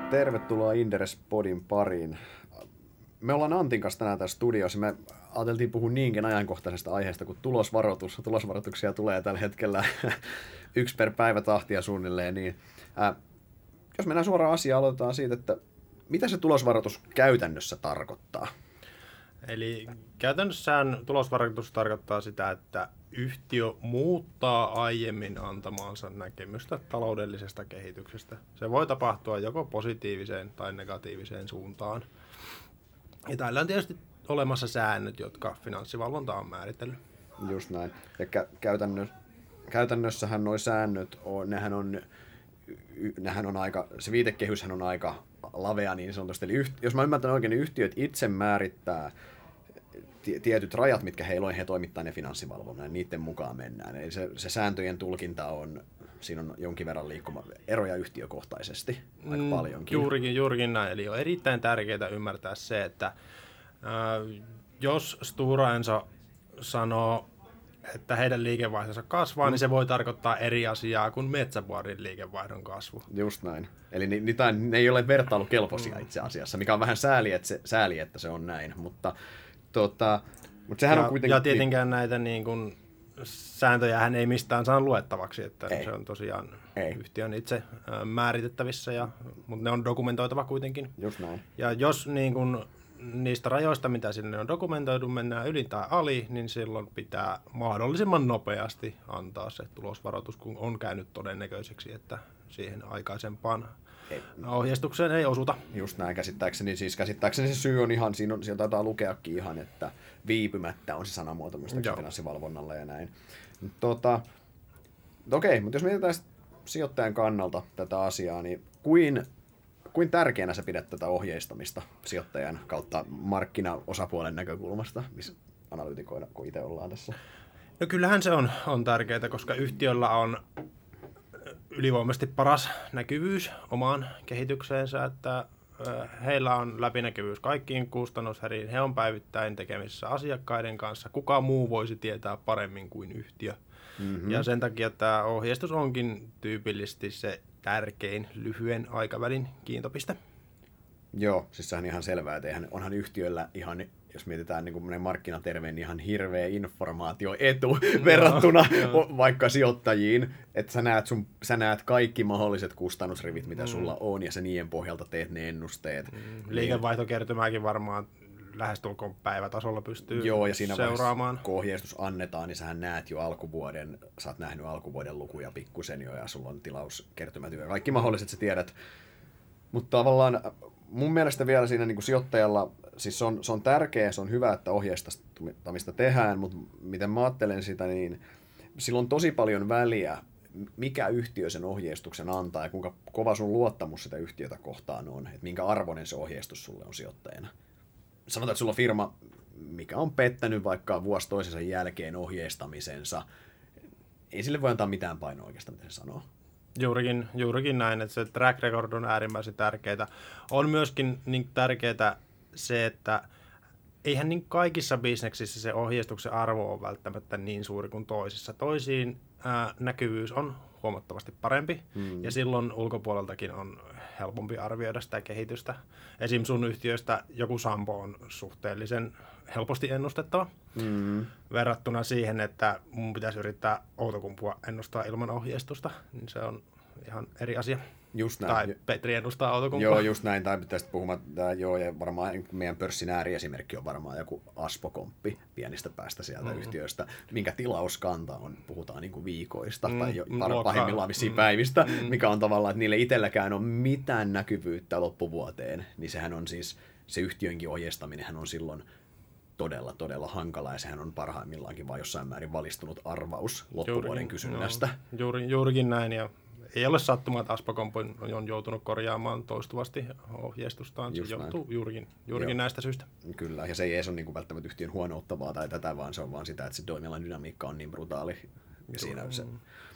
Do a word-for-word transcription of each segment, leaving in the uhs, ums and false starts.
Tervetuloa Inderes-podin pariin. Me ollaan Antin kanssa tänään tässä studiossa. Me ajateltiin puhua niinkin ajankohtaisesta aiheesta kuin tulosvaroitus. Tulosvaroituksia tulee tällä hetkellä yksi per päivä tahtia suunnilleen. Niin, ää, jos mennään suoraan asiaan, aloitetaan siitä, että mitä se tulosvaroitus käytännössä tarkoittaa? Eli käytännössään tulosvaroitus tarkoittaa sitä, että yhtiö muuttaa aiemmin antamaansa näkemystä taloudellisesta kehityksestä. Se voi tapahtua joko positiiviseen tai negatiiviseen suuntaan. Ja täällä on tietysti olemassa säännöt, jotka finanssivalvonta on määritellyt. Just näin. Ja kä- käytännö- käytännössähän nuo säännöt, on, nehän on, nehän on aika, se viitekehyshän on aika lavea niin sanotusti. Eli yht, jos mä ymmärrän oikein, niin yhtiöt itse määrittää tietyt rajat, mitkä heillä on, he toimittaa ne finanssivalvonnan, ja niiden mukaan mennään. Eli se, se sääntöjen tulkinta on, siinä on jonkin verran liikkuma eroja yhtiökohtaisesti, aika mm, paljonkin. Juurikin, juurikin näin. Eli on erittäin tärkeää ymmärtää se, että äh, jos Stora Enso sanoo, että heidän liikevaihdonsa kasvaa, mm. niin se voi tarkoittaa eri asiaa kuin Metsäboardin liikevaihdon kasvu. Just näin. Eli ni, ni, ne ei ole vertailukelpoisia itse asiassa, mikä on vähän sääli, että se, sääli, että se on näin, mutta Tota, mutta sehän ja, on kuitenkin... ja tietenkään näitä niin kun, sääntöjä hän ei mistään saa luettavaksi, että ei. se on tosiaan ei. yhtiön itse ä, määritettävissä, ja, mutta ne on dokumentoitava kuitenkin. Just näin. Ja jos niin kun, niistä rajoista, mitä sinne on dokumentoitu, mennään yli tai ali, niin silloin pitää mahdollisimman nopeasti antaa se tulosvaroitus, kun on käynyt todennäköiseksi, että siihen aikaisempaan ei. ohjeistukseen ei osuta. Just näin, käsittääkseni. Siis käsittääkseni se syy on ihan, siinä on, sieltä taitaa lukeakin ihan, että viipymättä on se sanamuoto myös finanssivalvonnalla ja näin. Tota, okei, mutta jos mietitään sijoittajan kannalta tätä asiaa, niin kuin, kuin tärkeänä sä pidät tätä ohjeistamista sijoittajan kautta markkinaosapuolen näkökulmasta, missä analyytikoina, kun itse ollaan tässä? No kyllähän se on, on tärkeää, koska yhtiöllä on ylivoimaisesti paras näkyvyys omaan kehitykseensä, että heillä on läpinäkyvyys kaikkiin kustannuseriin, he on päivittäin tekemisissä asiakkaiden kanssa, kuka muu voisi tietää paremmin kuin yhtiö. Mm-hmm. Ja sen takia tämä ohjeistus onkin tyypillisesti se tärkein lyhyen aikavälin kiintopiste. Joo, siis sehän on ihan selvää, että eihän, onhan yhtiöllä ihan, jos mietitään niin kuin markkinaterveen, niin ihan hirveä informaatioetu no, verrattuna jo. vaikka sijoittajiin, että sä näet, sun, sä näet kaikki mahdolliset kustannusrivit, mitä mm. sulla on, ja sä niiden pohjalta teet ne ennusteet. Mm. Liikevaihtokertymääkin varmaan lähestulkoon päivätasolla pystyy Joo, ja siinä seuraamaan. Kun ohjeistus annetaan, niin sähän näet jo alkuvuoden, sä oot nähnyt alkuvuoden lukuja pikkusen jo, ja sulla on tilauskertymätyö. Kaikki mahdolliset sä tiedät. Mutta tavallaan mun mielestä vielä siinä niin kuin sijoittajalla, siis se on, se on tärkeää, se on hyvä, että ohjeistamista tehdään, mutta miten mä ajattelen sitä, niin sillä on tosi paljon väliä, mikä yhtiö sen ohjeistuksen antaa ja kuinka kova sun luottamus sitä yhtiötä kohtaan on, että minkä arvoinen se ohjeistus sulle on sijoittajana. Sanotaan, että sulla on firma, mikä on pettänyt vaikka vuosi toisensa jälkeen ohjeistamisensa, ei sille voi antaa mitään painoa oikeastaan, mitä se sanoo. Juurikin, juurikin näin, että se track record on äärimmäisen tärkeää. On myöskin niin tärkeää se, että eihän niin kaikissa bisneksissä se ohjeistuksen arvo ole välttämättä niin suuri kuin toisissa. Toisiin ää, näkyvyys on huomattavasti parempi, mm. ja silloin ulkopuoleltakin on helpompi arvioida sitä kehitystä. Esim. Sun yhtiöstä joku Sampo on suhteellisen helposti ennustettava, mm. verrattuna siihen, että mun pitäisi yrittää Outokumpua ennustaa ilman ohjeistusta, niin se on ihan eri asia. Just näin. Tai Petri ennustaa Outokumpua. Joo, just näin. Tai tästä puhumaan, joo, ja varmaan meidän pörssin ääriesimerkki on varmaan joku Aspo-komppi pienistä päästä sieltä mm. yhtiöstä, minkä tilauskanta on, puhutaan niin kuin viikoista mm. tai jo, pahimmillaan vissiin mm. päivistä, mm. mikä on tavallaan, että niille itselläkään on mitään näkyvyyttä loppuvuoteen, niin sehän on siis, se yhtiönkin ohjeistaminenhän on silloin todella, todella hankala, ja sehän on parhaimmillaankin vain jossain määrin valistunut arvaus loppuvuoden juurikin, kysynnästä. No, juuri, juurikin näin, ja ei ole sattumaa, että Aspo-kompo on joutunut korjaamaan toistuvasti ohjeistustaan. Se johtuu juurikin, juurikin näistä syistä. Kyllä, ja se ei edes ole niin kuin välttämättä yhtiön huonouttavaa tai tätä, vaan se on vaan sitä, että se toimialan dynamiikka on niin brutaali. Ja siinä se.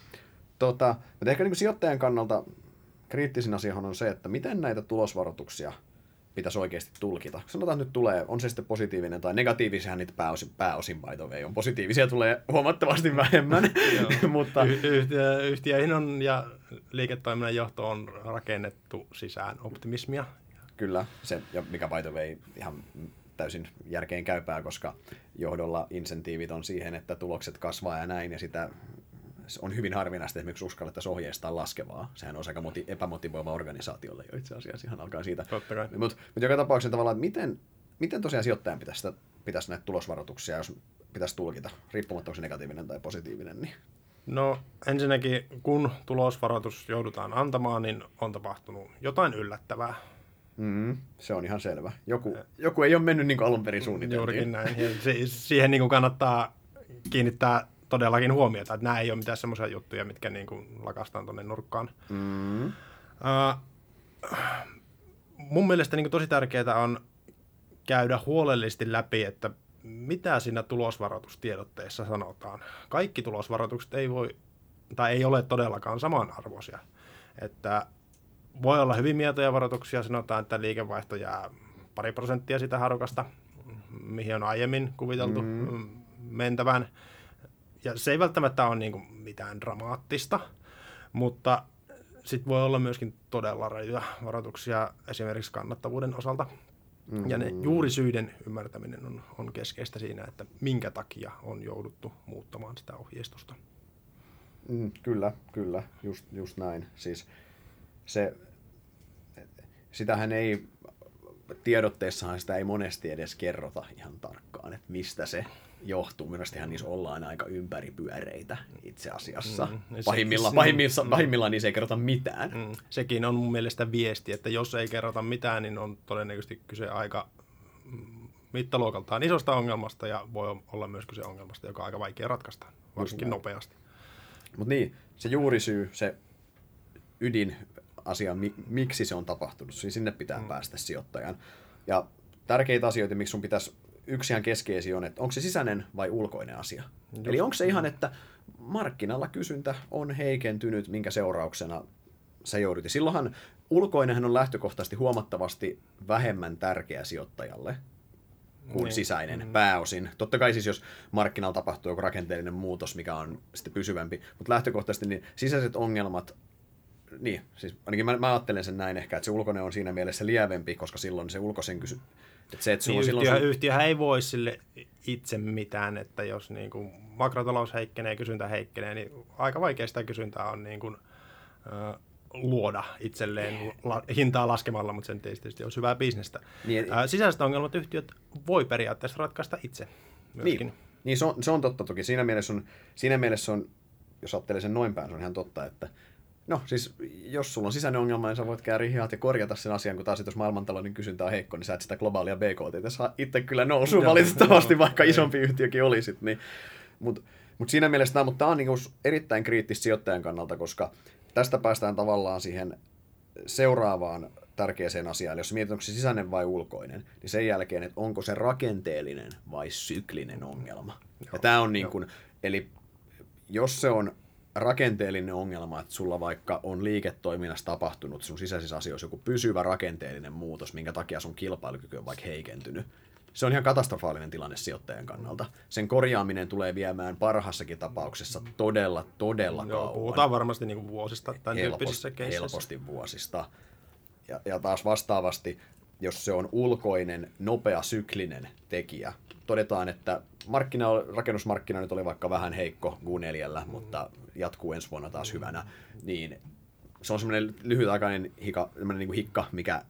Tota, mutta ehkä niin kuin sijoittajan kannalta kriittisin asiahan on se, että miten näitä tulosvaroituksia pitäisi oikeasti tulkita. Sanotaan, että nyt tulee, on se sitten positiivinen tai negatiivisia, niitä pääosin, pääosin by the way on. Positiivisia tulee huomattavasti vähemmän. Mutta y- yhtiö, yhtiöihin on ja liiketoiminnan johto on rakennettu sisään optimismia. Kyllä, se, ja mikä by the way ihan täysin järkeen käypää, koska johdolla insentiivit on siihen, että tulokset kasvaa ja näin, ja sitä on hyvin harvinaista esimerkiksi uskallettaisiin ohjeistaa laskevaa. Sehän on aika moti- epämotivoiva organisaatiolle jo itse asiassa, ihan alkaa siitä. Mutta mut joka tapauksessa tavallaan, että miten, miten tosiaan sijoittajan pitäisi, sitä, pitäisi näitä tulosvaroituksia, jos pitäisi tulkita, riippumatta onko se negatiivinen tai positiivinen? Niin. No ensinnäkin, kun tulosvaroitus joudutaan antamaan, niin on tapahtunut jotain yllättävää. Mm, se on ihan selvä. Joku, joku ei ole mennyt niin kuin alun perin suunniteltiin. Juurikin näin. Ja se, siihen niin kuin kannattaa kiinnittää todellakin huomiota, että nämä ei ole mitään semmoisia juttuja, mitkä niin kuin lakastaan tuonne nurkkaan. Mm. Uh, mun mielestä niin kuin tosi tärkeää on käydä huolellisesti läpi, että mitä siinä tulosvaroitustiedotteessa sanotaan. Kaikki tulosvaroitukset ei voi, tai ei ole todellakaan samanarvoisia. Että voi olla hyvin mietoja varoituksia, sanotaan, että liikevaihto jää pari prosenttia sitä harukasta, mihin on aiemmin kuviteltu mm. mentävän. Ja se ei välttämättä ole niin kuin mitään dramaattista, mutta sitten voi olla myöskin todella rajuja varoituksia esimerkiksi kannattavuuden osalta. Mm. Ja ne juurisyiden ymmärtäminen on, on keskeistä siinä, että minkä takia on jouduttu muuttamaan sitä ohjeistusta. Mm, kyllä, kyllä, just, just näin. Siis se, sitähän ei, tiedotteessahan sitä ei monesti edes kerrota ihan tarkkaan, että mistä se johtuu. Mielestäni niissä ollaan aika ympäripyöreitä itse asiassa. Mm, pahimmillaan, pahimmillaan, mm, pahimmillaan niissä ei kerrota mitään. Mm, sekin on mun mielestä viesti, että jos ei kerrota mitään, niin on todennäköisesti kyse aika mittaluokaltaan isosta ongelmasta ja voi olla myös kyse ongelmasta, joka on aika vaikea ratkaista, varsinkin nopeasti. Mutta niin, se juurisyy, se ydinasia, miksi se on tapahtunut, siis sinne pitää mm. päästä sijoittajan. Ja tärkeitä asioita, miksi sun pitäisi, yksi ihan keskeisiä on, että onko se sisäinen vai ulkoinen asia. Just. Eli onko se ihan, että markkinalla kysyntä on heikentynyt, minkä seurauksena sä joudut. Ja silloinhan ulkoinenhan on lähtökohtaisesti huomattavasti vähemmän tärkeä sijoittajalle kuin niin. sisäinen mm. pääosin. Totta kai siis, jos markkinalla tapahtuu joku rakenteellinen muutos, mikä on sitten pysyvämpi, mutta lähtökohtaisesti niin sisäiset ongelmat, niin, siis ainakin mä, mä ajattelen sen näin ehkä, että se ulkoinen on siinä mielessä lievempi, koska silloin se ulkoisen kysy... Että se, että niin silloin yhtiö, sun... yhtiöhän ei voi sille itse mitään, että jos niin kuin makrotalous heikkenee, kysyntä heikkenee, niin aika vaikea sitä kysyntää on niin kuin, äh, luoda itselleen la, hintaa laskemalla, mutta sen tietysti olisi hyvää bisnestä. Niin, äh, sisäiset ongelmat yhtiöt voi periaatteessa ratkaista itse myöskin. Niin, niin se, on, se on totta toki. Siinä mielessä on, siinä mielessä on, jos ajattelee sen noin päin, se on ihan totta, että no siis, jos sulla on sisäinen ongelma, niin sä voit kääriä hihat ja korjata sen asian, kun taas jos maailmantalouden kysyntä on heikko, niin sä et sitä globaalia B K T saa itse kyllä nousua valitettavasti, vaikka isompi yhtiökin olisit. Niin. Mutta mut siinä mielessä tämä, mutta on niinku erittäin kriittistä sijoittajan kannalta, koska tästä päästään tavallaan siihen seuraavaan tärkeäseen asiaan. Eli jos mietit, onko se sisäinen vai ulkoinen, niin sen jälkeen, että onko se rakenteellinen vai syklinen ongelma. Joo, ja tämä on niin kuin, eli jos se on rakenteellinen ongelma, että sulla vaikka on liiketoiminnassa tapahtunut sun sisäisissä asioissa joku pysyvä rakenteellinen muutos, minkä takia sun kilpailukyky on vaikka heikentynyt. Se on ihan katastrofaalinen tilanne sijoittajan kannalta. Sen korjaaminen tulee viemään parhaassakin tapauksessa todella, todella Joo, kauan. Puhutaan varmasti niin kuin vuosista tämän Helposti, tyyppisissä keisseissä. helposti vuosista. Ja, ja taas vastaavasti, jos se on ulkoinen, nopea, syklinen tekijä, todetaan, että markkina, rakennusmarkkina nyt oli vaikka vähän heikko Q neljä, mm. mutta jatkuu ensi vuonna taas hyvänä, niin se on semmoinen lyhytaikainen hika, niin kuin hikka, mikä,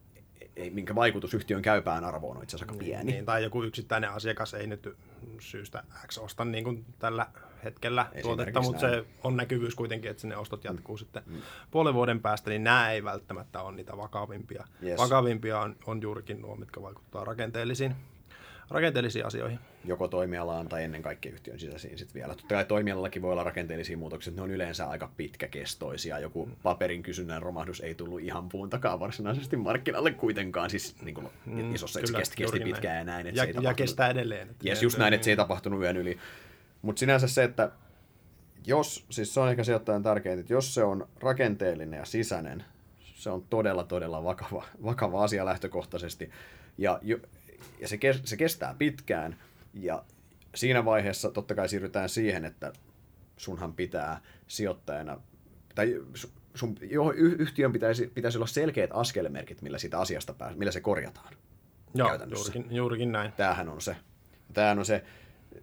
minkä vaikutus yhtiön käypään arvoon on itse asiassa aika pieni. Niin, tai joku yksittäinen asiakas ei nyt syystä X osta niin kuin tällä hetkellä tuotetta, mutta näin. Se on näkyvyys kuitenkin, että ne ostot jatkuu mm. sitten mm. puolen vuoden päästä, niin nämä ei välttämättä ole niitä vakavimpia. Yes. Vakavimpia on, on juurikin nuo, mitkä vaikuttavat rakenteellisiin, rakenteellisiin asioihin. Joko toimialaan tai ennen kaikkea yhtiön sisäisiin sitten vielä. Totta kai toimialallakin voi olla rakenteellisia muutoksia, ne on yleensä aika pitkäkestoisia. Joku paperin kysynnän romahdus ei tullut ihan puun takaa varsinaisesti markkinalle kuitenkaan, siis niin kuin mm, isossa, että se kesti, kesti pitkään ja näin. Että ja, se ei ja kestää edelleen. Että yes, just näin, että se ei tapahtunut yön yli. Mutta sinänsä se, että jos, siis se on ehkä sijoittajan tärkeintä, että jos se on rakenteellinen ja sisäinen Se on todella, todella vakava, vakava asia lähtökohtaisesti. Ja, ja se, kes, se kestää pitkään. Ja siinä vaiheessa totta kai siirrytään siihen, että sunhan pitää sijoittajana, tai sun yhtiön pitäisi, pitäisi olla selkeät askelmerkit, millä siitä asiasta pääsee, millä se korjataan. Joo, juurikin, juurikin näin. Tämähän on se. Tämähän on se.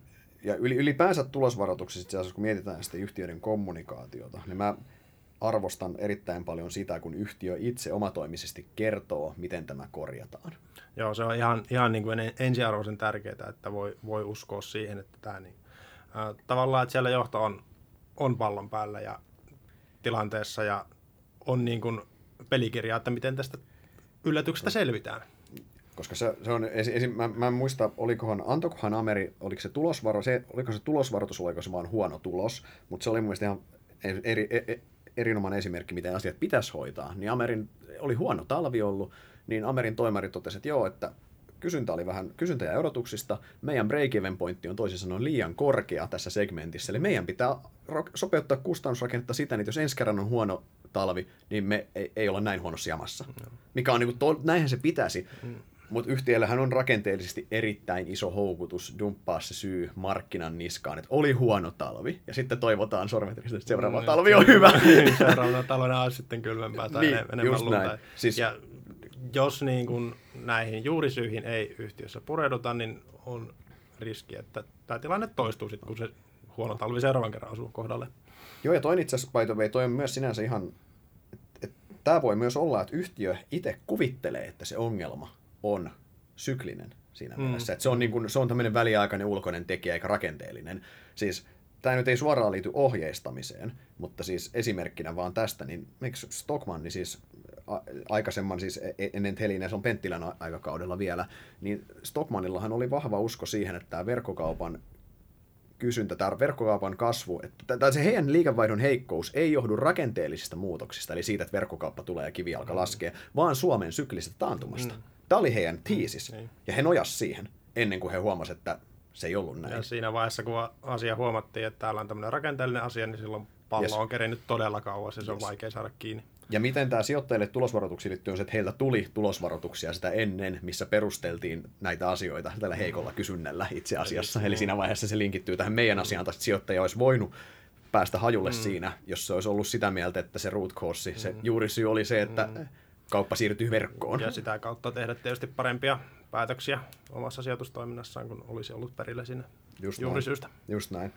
Ja ylipäänsä tulosvaroituksessa, itse asiassa kun mietitään sitä yhtiöiden kommunikaatiota, niin mä arvostan erittäin paljon sitä, kun yhtiö itse omatoimisesti kertoo, miten tämä korjataan. Joo, se on ihan, ihan niin kuin ensiarvoisen tärkeää, että voi, voi uskoa siihen, että tämä niin, äh, tavallaan, että siellä johto on, on pallon päällä ja tilanteessa ja on niin kuin pelikirja, että miten tästä yllätyksestä selvitään. Koska se, se on, esim, mä, mä en muista, olikohan, antoikohan Ameri, oliko se, tulosvaro, se, oliko se tulosvaroitus, oliko se vaan huono tulos, mutta se oli mun mielestä ihan eri, eri, erinomainen esimerkki, miten asiat pitäisi hoitaa. Niin Amerin oli huono talvi ollut, niin Amerin toimari totesi, että joo, että kysyntä oli vähän kysyntä ja odotuksista, meidän break-even pointti on toisin sanoen liian korkea tässä segmentissä, eli meidän pitää sopeuttaa kustannusrakennetta siten, että jos ensi kerran on huono talvi, niin me ei, ei olla näin huonossa jamassa. Mikä on niin kuin, to, näinhän se pitäisi. Mm. Mutta yhtiöllähän on rakenteellisesti erittäin iso houkutus dumppaa se syy markkinan niskaan, että oli huono talvi, ja sitten toivotaan sormetristä, että seuraava no, talvi on hyvä. Seuraavana talvena on sitten kylmempää tai niin, enemmän lunta. Siis... Ja jos niin kun näihin juurisyihin ei yhtiössä pureuduta, niin on riski, että tämä tilanne toistuu sitten, kun se huono talvi seuraavan kerran osuu kohdalle. Joo, ja toinen itse asiassa, by the way, toi on myös sinänsä ihan, että tämä voi myös olla, että yhtiö itse kuvittelee, että se ongelma on syklinen siinä mm. mielessä. Että se on, niin kuin, se on tämmöinen väliaikainen ulkoinen tekijä eikä rakenteellinen. Siis tämä nyt ei suoraan liity ohjeistamiseen, mutta siis esimerkkinä vaan tästä, niin miksi Stockmann, niin siis a- aikaisemman, siis ennen Telinen, se on Penttilän aikakaudella vielä, niin Stockmannillahan oli vahva usko siihen, että tämä verkkokaupan kysyntä, tämä verkkokaupan kasvu, että tai se heidän liikevaihdon heikkous ei johdu rakenteellisista muutoksista, eli siitä, että verkkokauppa tulee ja kivijalka laskee, vaan Suomen syklisestä taantumasta. Mm. Tämä oli heidän tiisis, mm. ja he nojas siihen ennen kuin he huomasivat, että se ei ollut näin. Ja siinä vaiheessa, kun asia huomattiin, että täällä on tämmöinen rakenteellinen asia, niin silloin pallo yes. on kerennyt todella kauas ja se yes. on vaikea saada kiinni. Ja miten tämä sijoittajille tulosvaroituksiin liittyy on se, että heiltä tuli tulosvaroituksia sitä ennen, missä perusteltiin näitä asioita tällä heikolla kysynnällä itse asiassa. Eli, Eli siinä vaiheessa se linkittyy tähän meidän asiaan, että sijoittaja olisi voinut päästä hajulle mm. siinä, jos se olisi ollut sitä mieltä, että se root cause, se mm. juurisyy oli se, että mm. kauppa siirtyy verkkoon. Ja sitä kautta tehdä tietysti parempia päätöksiä omassa sijoitustoiminnassaan, kun olisi ollut perillä siinä Just juurisyystä. Näin. Just näin.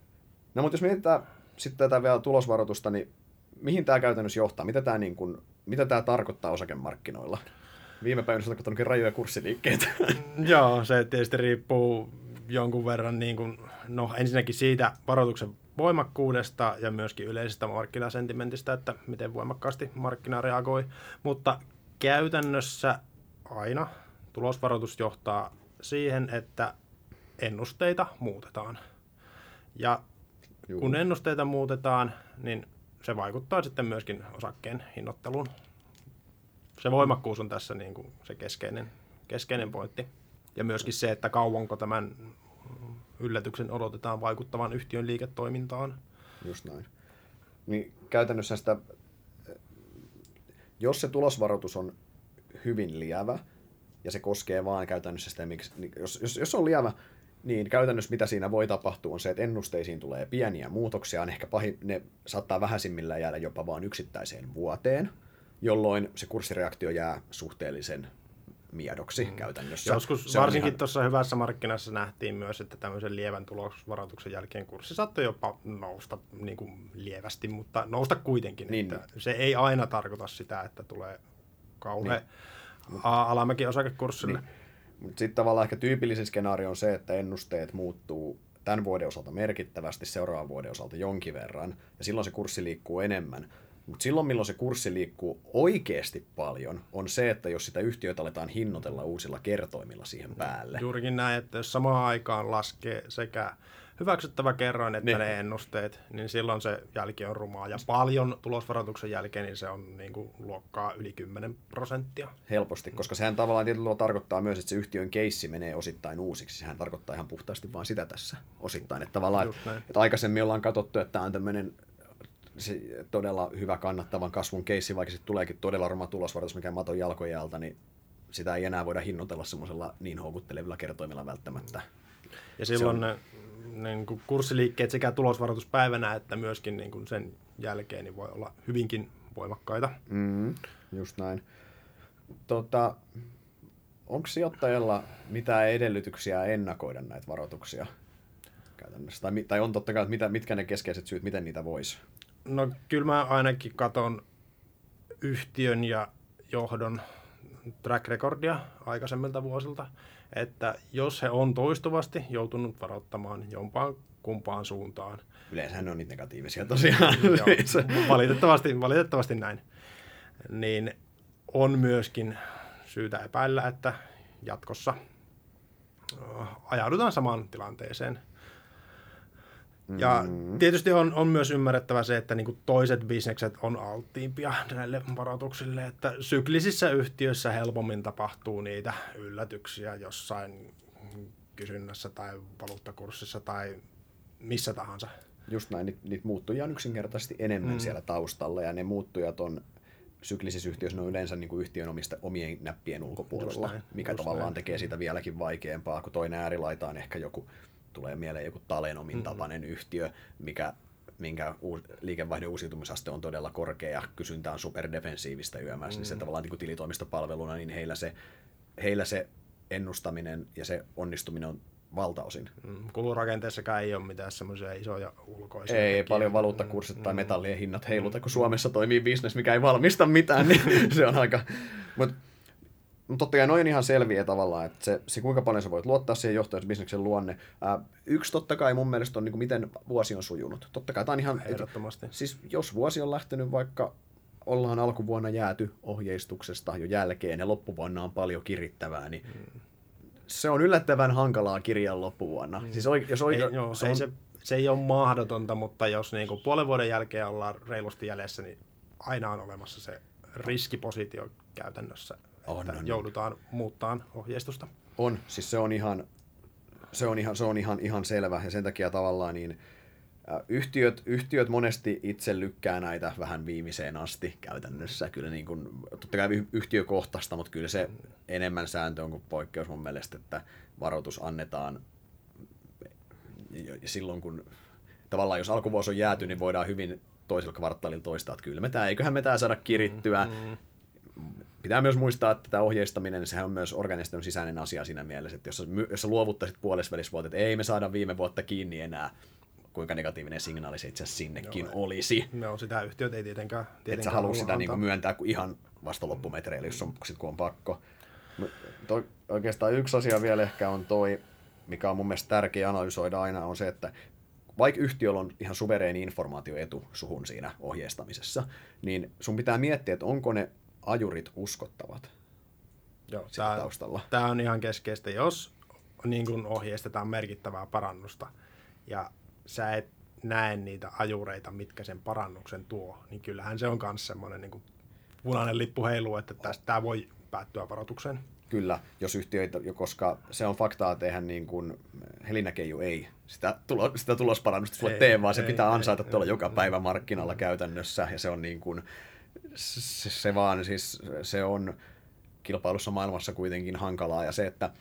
No mutta jos mietitään sitten tätä vielä tulosvaroitusta, niin mihin tämä käytännössä johtaa? Mitä tämä, niin kuin, mitä tämä tarkoittaa osakemarkkinoilla? Viime päivänä olet katsonut rajoja kurssiliikkeitä. Joo, se tietysti riippuu jonkun verran niin kuin, no, ensinnäkin siitä varoituksen voimakkuudesta ja myöskin yleisestä markkinasentimentistä, että miten voimakkaasti markkina reagoi. Mutta käytännössä aina tulosvaroitus johtaa siihen, että ennusteita muutetaan. Ja Juu. kun ennusteita muutetaan, niin se vaikuttaa sitten myöskin osakkeen hinnoitteluun. Se voimakkuus on tässä niin kuin se keskeinen, keskeinen pointti. Ja myöskin se, että kauanko tämän yllätyksen odotetaan vaikuttavan yhtiön liiketoimintaan. Just näin. Niin käytännössä sitä, jos se tulosvaroitus on hyvin lievä, ja se koskee vaan käytännössä sitä, miksi, jos, jos, jos on lievä, niin käytännössä mitä siinä voi tapahtua on se, että ennusteisiin tulee pieniä muutoksia, on ehkä pahin, ne saattaa vähäisimmillään jäädä jopa vain yksittäiseen vuoteen, jolloin se kurssireaktio jää suhteellisen miedoksi mm. käytännössä. Joskus se varsinkin ihan... tuossa hyvässä markkinassa nähtiin myös, että tämmöisen lievän tulosvaroituksen jälkeen kurssi saattoi jopa nousta niin kuin lievästi, mutta nousta kuitenkin. Niin. Että se ei aina tarkoita sitä, että tulee kauhean niin. alamäki osakekurssille. Niin. Mutta sitten tavallaan ehkä tyypillisin skenaario on se, että ennusteet muuttuu tämän vuoden osalta merkittävästi, seuraavan vuoden osalta jonkin verran, ja silloin se kurssi liikkuu enemmän. Mutta silloin, milloin se kurssi liikkuu oikeasti paljon, on se, että jos sitä yhtiötä aletaan hinnoitella uusilla kertoimilla siihen päälle. Juurikin näin, että jos samaan aikaan laskee sekä hyväksyttävä kerroin, että ne, ne ennusteet, niin silloin se jälki on rumaa. Ja paljon tulosvaroituksen jälkeen, niin se on niin kuin luokkaa yli kymmenen prosenttia. Helposti, koska sehän tavallaan tietyllä tarkoittaa myös, että se yhtiön keissi menee osittain uusiksi. Sehän tarkoittaa ihan puhtaasti vaan sitä tässä osittain. Että tavallaan, että, että aikaisemmin ollaan katsottu, että tämä on tämmöinen se todella hyvä kannattavan kasvun keissi, vaikka sitten tuleekin todella roma tulosvaroitus, mikä maton jalkojen alta, niin sitä ei enää voida hinnoitella semmoisella niin houkuttelevilla kertoimilla välttämättä. Ja silloin ne, niin kuin kurssiliikkeet sekä tulosvaroituspäivänä että myöskin niin kuin sen jälkeen niin voi olla hyvinkin voimakkaita. Mm, just näin. Tota, onko sijoittajalla mitään edellytyksiä ennakoida näitä varoituksia käytännössä? Tai, tai on totta kai, että mitä, mitkä ne keskeiset syyt, miten niitä voisi? No kyllä mä ainakin katon yhtiön ja johdon track recordia aikaisemmilta vuosilta, että jos he on toistuvasti joutunut varoittamaan jompaan kumpaan suuntaan. Yleensä ne on niitä negatiivisia tosiaan. Joo, valitettavasti, valitettavasti näin. Niin on myöskin syytä epäillä, että jatkossa ajaudutaan samaan tilanteeseen. Ja mm-hmm. tietysti on, on myös ymmärrettävä se, että niinku toiset bisnekset on alttiimpia näille varoituksille, että syklisissä yhtiöissä helpommin tapahtuu niitä yllätyksiä jossain kysynnässä tai valuuttakurssissa tai missä tahansa. Just näin, niitä, niitä muuttujia on yksinkertaisesti enemmän mm. siellä taustalla, ja ne muuttujat on syklisissä yhtiöissä, ne on yleensä niin kuin yhtiön omista, omien näppien ulkopuolella, näin, mikä tavallaan näin. Tekee siitä vieläkin vaikeampaa, kun toinen äärilaita on ehkä joku, tulee mieleen joku Talenomin tapainen mm-hmm. yhtiö, mikä, minkä uus, liikevaihdon uusiutumisaste on todella korkea ja kysyntä on superdefensiivistä yömässä, mm. niin se tavallaan niin kuin tilitoimistopalveluna, niin heillä se, heillä se ennustaminen ja se onnistuminen on valtaosin. Kulurakenteessakaan ei ole mitään semmoisia isoja ulkoisia. Ei, tekijöitä. Paljon valuuttakurssit mm. tai metallien hinnat heiluta, kun Suomessa toimii business, mikä ei valmista mitään, niin se on aika... Mut, mutta totta kai noin on ihan selviä tavallaan, että se, se kuinka paljon sä voit luottaa siihen johtajaisbisneksen luonne. Ää, yksi totta kai mun mielestä on niin kuin miten vuosi on sujunut. Totta kai tämä on ihan... Ehdottomasti. Et, siis jos vuosi on lähtenyt vaikka ollaan alkuvuonna jääty ohjeistuksesta jo jälkeen ja loppuvuonna on paljon kirittävää, niin mm. se on yllättävän hankalaa kirjan loppuvuonna. Mm. Siis oike, jos oike, ei, joo, se, ei on... se, se ei ole mahdotonta, mutta jos niinku puolen vuoden jälkeen ollaan reilusti jäljessä, niin aina on olemassa se riskipositio käytännössä, on, että on, joudutaan on. muuttamaan ohjeistusta. On, siis se on ihan, se on ihan, se on ihan, ihan selvä, ja sen takia tavallaan niin Yhtiöt, yhtiöt monesti itse lykkää näitä vähän viimeiseen asti käytännössä. Kyllä niin kuin, totta kai yhtiökohtaista, mutta kyllä se enemmän sääntö on kuin poikkeus mun mielestä, että varoitus annetaan silloin, kun tavallaan jos alkuvuosi on jääty, niin voidaan hyvin toisella kvartaalilla toistaa, että kyllä me tää, eiköhän me tää saada kirittyä. Mm-hmm. Pitää myös muistaa, että tämä ohjeistaminen, niin sehän on myös organisaation sisäinen asia siinä mielessä, että jos sä, jos sä luovuttaisit puolesvälissä vuotta, että ei me saada viime vuotta kiinni enää, kuinka negatiivinen signaali se itse asiassa sinnekin Joo, olisi. No sitä yhtiöt ei tietenkään, tietenkään että sä halua sitä niin kuin myöntää kuin ihan vasta loppumetreillä, jos on, sit, kun on pakko. Toi, oikeastaan yksi asia vielä ehkä on toi, mikä on mun mielestä tärkeä analysoida aina, on se, että vaikka yhtiöllä on ihan suvereeni informaatioetu suhun siinä ohjeistamisessa, niin sun pitää miettiä, että onko ne ajurit uskottavat. Joo, tää, taustalla. Tämä on ihan keskeistä, jos niin kun ohjeistetaan merkittävää parannusta ja sä et näe niitä ajureita, mitkä sen parannuksen tuo, niin kyllähän se on myös semmoinen niin kuin punainen lippu heiluu, että tästä tämä voi päättyä varoitukseen. Kyllä, jos yhtiöitä, koska se on faktaa, että eihän niin kuin Helinäkeiju ei sitä, tulo, sitä tulosparannusta sulle tee, vaan se ei, pitää ansaita ei, tuolla ei, joka päivä markkinalla ei. käytännössä, ja se on niin kuin, se, se vaan siis, se on kilpailussa maailmassa kuitenkin hankalaa, ja se, että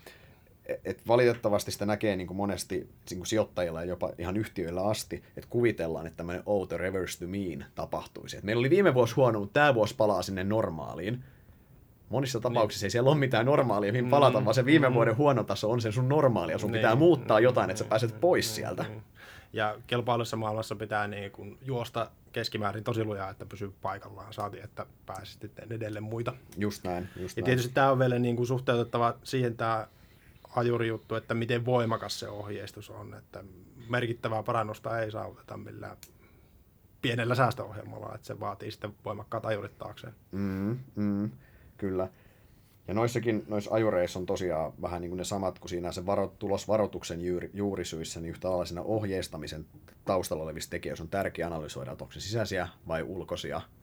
et valitettavasti sitä näkee niin kuin monesti niin kuin sijoittajilla ja jopa ihan yhtiöillä asti, että kuvitellaan, että tämmöinen outo reverse to mean tapahtuisi. Et meillä oli viime vuosi huono, mutta tämä vuosi palaa sinne normaaliin. Monissa tapauksissa niin. Ei siellä ole mitään normaalia, mihin palata, mm, vaan se viime mm. vuoden huono taso on sen sun normaalia. Sun niin. pitää muuttaa jotain, että sä pääset pois niin. sieltä. Niin. Ja kilpailussa maailmassa pitää niin kun juosta keskimäärin tosi lujaa, että pysyy paikallaan. Saatiin, että pääsit sitten edelleen muita. Just näin. Just ja näin. tietysti tämä on vielä niin kuin suhteutettava siihen tämä ajurijuttu, että miten voimakas se ohjeistus on. Että merkittävää parannusta ei saavuteta millään pienellä säästöohjelmalla, että se vaatii sitten voimakkaat ajurit taakseen. Mm, mm, kyllä. Ja noissakin, noissa ajureissa on tosiaan vähän niin kuin ne samat kuin siinä se varo, tulosvaroituksen juuri, juurisyissä, niin yhtä lailla siinä ohjeistamisen taustalla olevissa tekijöissä on tärkeää analysoida, että onko se sisäisiä vai ulkoisia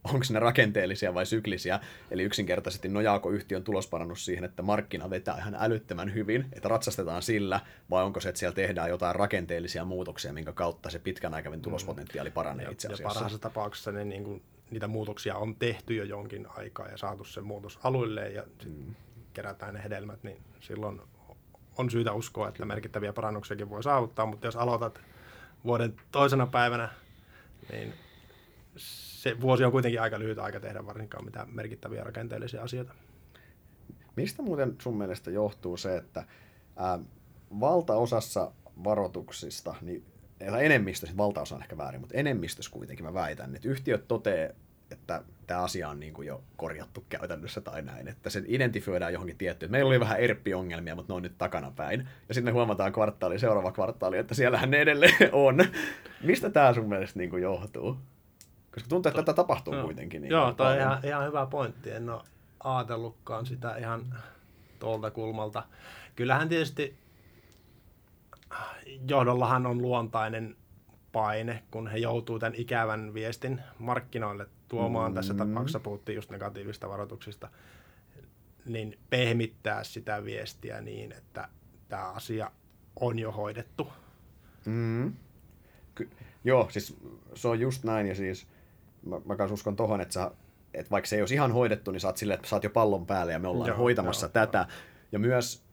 onko ne rakenteellisia vai syklisiä, eli yksinkertaisesti nojaako yhtiön tulosparannus siihen, että markkina vetää ihan älyttömän hyvin, että ratsastetaan sillä, vai onko se, että siellä tehdään jotain rakenteellisia muutoksia, minkä kautta se pitkän aikavälin tulospotentiaali paranee itse asiassa. Ja parhaassa tapauksessa ne, niin kuin, niitä muutoksia on tehty jo jonkin aikaa ja saatu se muutos aluilleen ja mm. kerätään ne hedelmät, niin silloin on syytä uskoa, että merkittäviä parannuksiakin voi saavuttaa, mutta jos aloitat vuoden toisena päivänä, niin se vuosi on kuitenkin aika lyhyt aika tehdä varsinkaan mitään merkittäviä rakenteellisia asioita. Mistä muuten sun mielestä johtuu se, että ää, valtaosassa varoituksista, niin, enemmistössä, valtaosa on ehkä väärin, mutta enemmistössä kuitenkin mä väitän, että yhtiöt toteaa, että tämä asia on niin kuin jo korjattu käytännössä tai näin, että se identifioidaan johonkin tiettyyn. Meillä oli vähän erppiongelmia, mutta ne on nyt takanapäin. Ja sitten huomataan kvartaali, seuraava kvartaali, että siellähän ne edelleen on. Mistä tämä sun mielestä niin kuin johtuu? Koska tuntuu, että to, tätä tapahtuu no, kuitenkin. Niin joo, toi on ihan, ihan hyvä pointti. En ole ajatellutkaan sitä ihan tuolta kulmalta. Kyllähän tietysti johdollahan on luontainen paine, kun he joutuu tämän ikävän viestin markkinoille tuomaan. Mm. Tässä tapauksessa puhuttiin just negatiivista varoituksista. Niin pehmittää sitä viestiä niin, että tämä asia on jo hoidettu. Mm. Ky- joo, siis se on just näin. Ja siis mä, mä kanssa uskon tohon, että, sä, että vaikka se ei olisi ihan hoidettu, niin sä oot silleen, että sä oot jo pallon päällä ja me ollaan joo, hoitamassa joo, tätä. Joo. Ja myös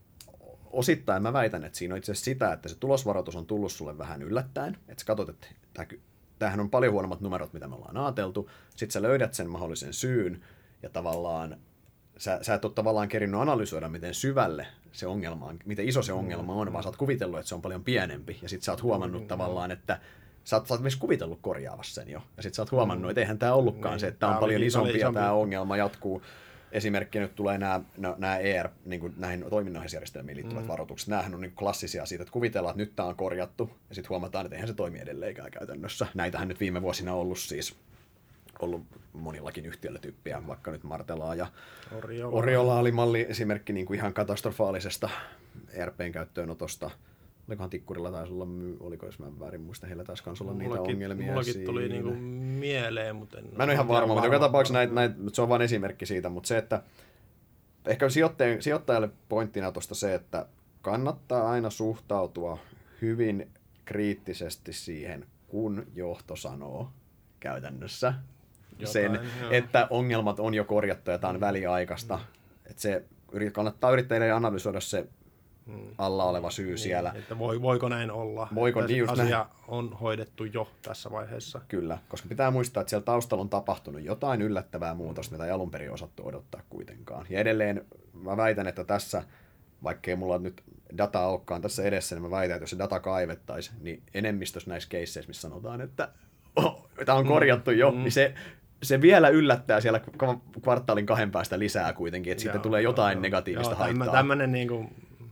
osittain mä väitän, että siinä on itse asiassa sitä, että se tulosvaroitus on tullut sulle vähän yllättäen. Että sä katsot, että tämähän on paljon huonommat numerot, mitä me ollaan ajateltu. Sitten sä löydät sen mahdollisen syyn ja tavallaan sä, sä et ole tavallaan kerinnut analysoida, miten syvälle se ongelma on, miten iso se ongelma on, vaan sä oot kuvitellut, että se on paljon pienempi. Ja sitten sä oot huomannut mm, tavallaan, että sä oot, sä oot myös kuvitellut korjaavassa sen jo. Ja sitten sä oot huomannut, että eihän tämä ollutkaan niin, se, että tämä on paljon isompi ja tämä ongelma jatkuu. Esimerkki nyt tulee nämä, nämä E R, niin kuin näihin toiminnallisjärjestelmiin liittyvät mm. varoitukset. Nämähän on niin klassisia siitä, että kuvitellaan, että nyt tämä on korjattu, ja sitten huomataan, että eihän se toimi edelleenkään käytännössä. Näitähän nyt viime vuosina on ollut siis ollut monillakin yhtiöillä tyyppiä, vaikka nyt Martelaa ja Oriola, Oriola oli malli esimerkki niin kuin ihan katastrofaalisesta E R P:n käyttöönotosta. Olikohan Tikkurilla taisi olla, oliko jos mä väärin muista, heillä taisi kans olla niitä mullakin, ongelmia mullakin siinä. Tuli niinku mieleen, mutta en mä en ole ihan varma, mutta joka tapauksessa näitä, näitä, se on vain esimerkki siitä, mutta se, että ehkä sijoittajalle pointtina tuosta se, että kannattaa aina suhtautua hyvin kriittisesti siihen, kun johto sanoo käytännössä jotain, sen, joo. että ongelmat on jo korjattu ja tämä on väliaikaista. Mm. Että se kannattaa yrittää analysoida se alla oleva syy niin, siellä. Että voi, voiko näin olla? Voiko niin asia näin? On hoidettu jo tässä vaiheessa. Kyllä, koska pitää muistaa, että siellä taustalla on tapahtunut jotain yllättävää muutosta, mitä ei alun perin osattu odottaa kuitenkaan. Ja edelleen mä väitän, että tässä, vaikkei mulla nyt dataa olekaan tässä edessä, niin mä väitän, että jos se data kaivettaisiin, niin enemmistössä näissä keisseissä, missä sanotaan, että oh, tämä on korjattu jo, mm. niin se se vielä yllättää siellä kvartaalin kahden päästä lisää kuitenkin, että joo, sitten tulee jotain joo, negatiivista joo, haittaa. Tämmöinen niin kuin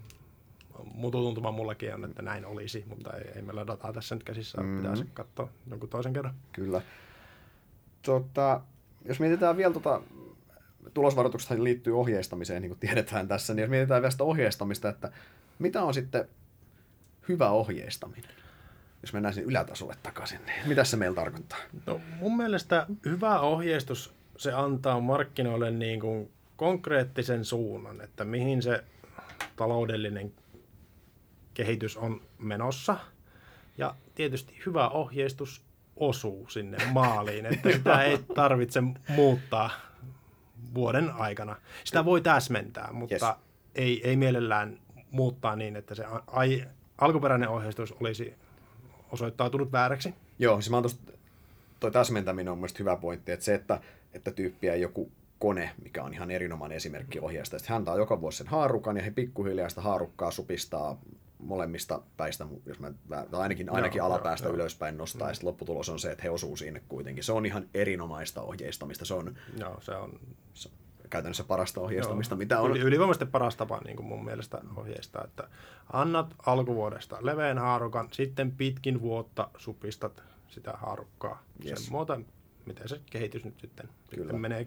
mututuntuma mullakin on, että näin olisi, mutta ei, ei meillä dataa tässä nyt käsissä, mm-hmm. pitäisi katsoa jonkun toisen kerran. Kyllä. Tota, jos mietitään vielä, tota, tulosvaroituksesta liittyy ohjeistamiseen, niin kuin tiedetään tässä, niin jos mietitään vielä sitä ohjeistamista, että mitä on sitten hyvä ohjeistaminen? Jos mennään sinne ylätasolle takaisin, niin mitä se meillä tarkoittaa? No, mun mielestä hyvä ohjeistus, se antaa markkinoille niin kuin konkreettisen suunnan, että mihin se taloudellinen kehitys on menossa. Ja tietysti hyvä ohjeistus osuu sinne maaliin, että sitä ei tarvitse muuttaa vuoden aikana. Sitä voi täsmentää, mutta yes. ei, ei mielellään muuttaa niin, että se ai, alkuperäinen ohjeistus olisi osoittautunut vääräksi. Joo, siis mä oon tosta, toi täsmentäminen on mielestäni hyvä pointti, että se, että, että tyyppiä ei joku kone, mikä on ihan erinomainen esimerkki ohjeesta, että hän antaa joka vuosi sen haarukan ja he pikkuhiljaa sitä haarukkaa supistaa molemmista päistä, jos mä, tai ainakin, ainakin joo, alapäästä joo, ylöspäin nostaa, mm. ja sitten lopputulos on se, että he osuu sinne kuitenkin. Se on ihan erinomaista ohjeistamista. Se on, joo, se on, se on käytännössä parasta ohjeistamista, joo, mitä on. Ylivoimaisesti paras tapa niin kuin mun mielestä ohjeistaa, että annat alkuvuodesta leveän haarukan, sitten pitkin vuotta supistat sitä haarukkaa. Yes. Sen muuta, miten se kehitys nyt sitten, sitten meneekin.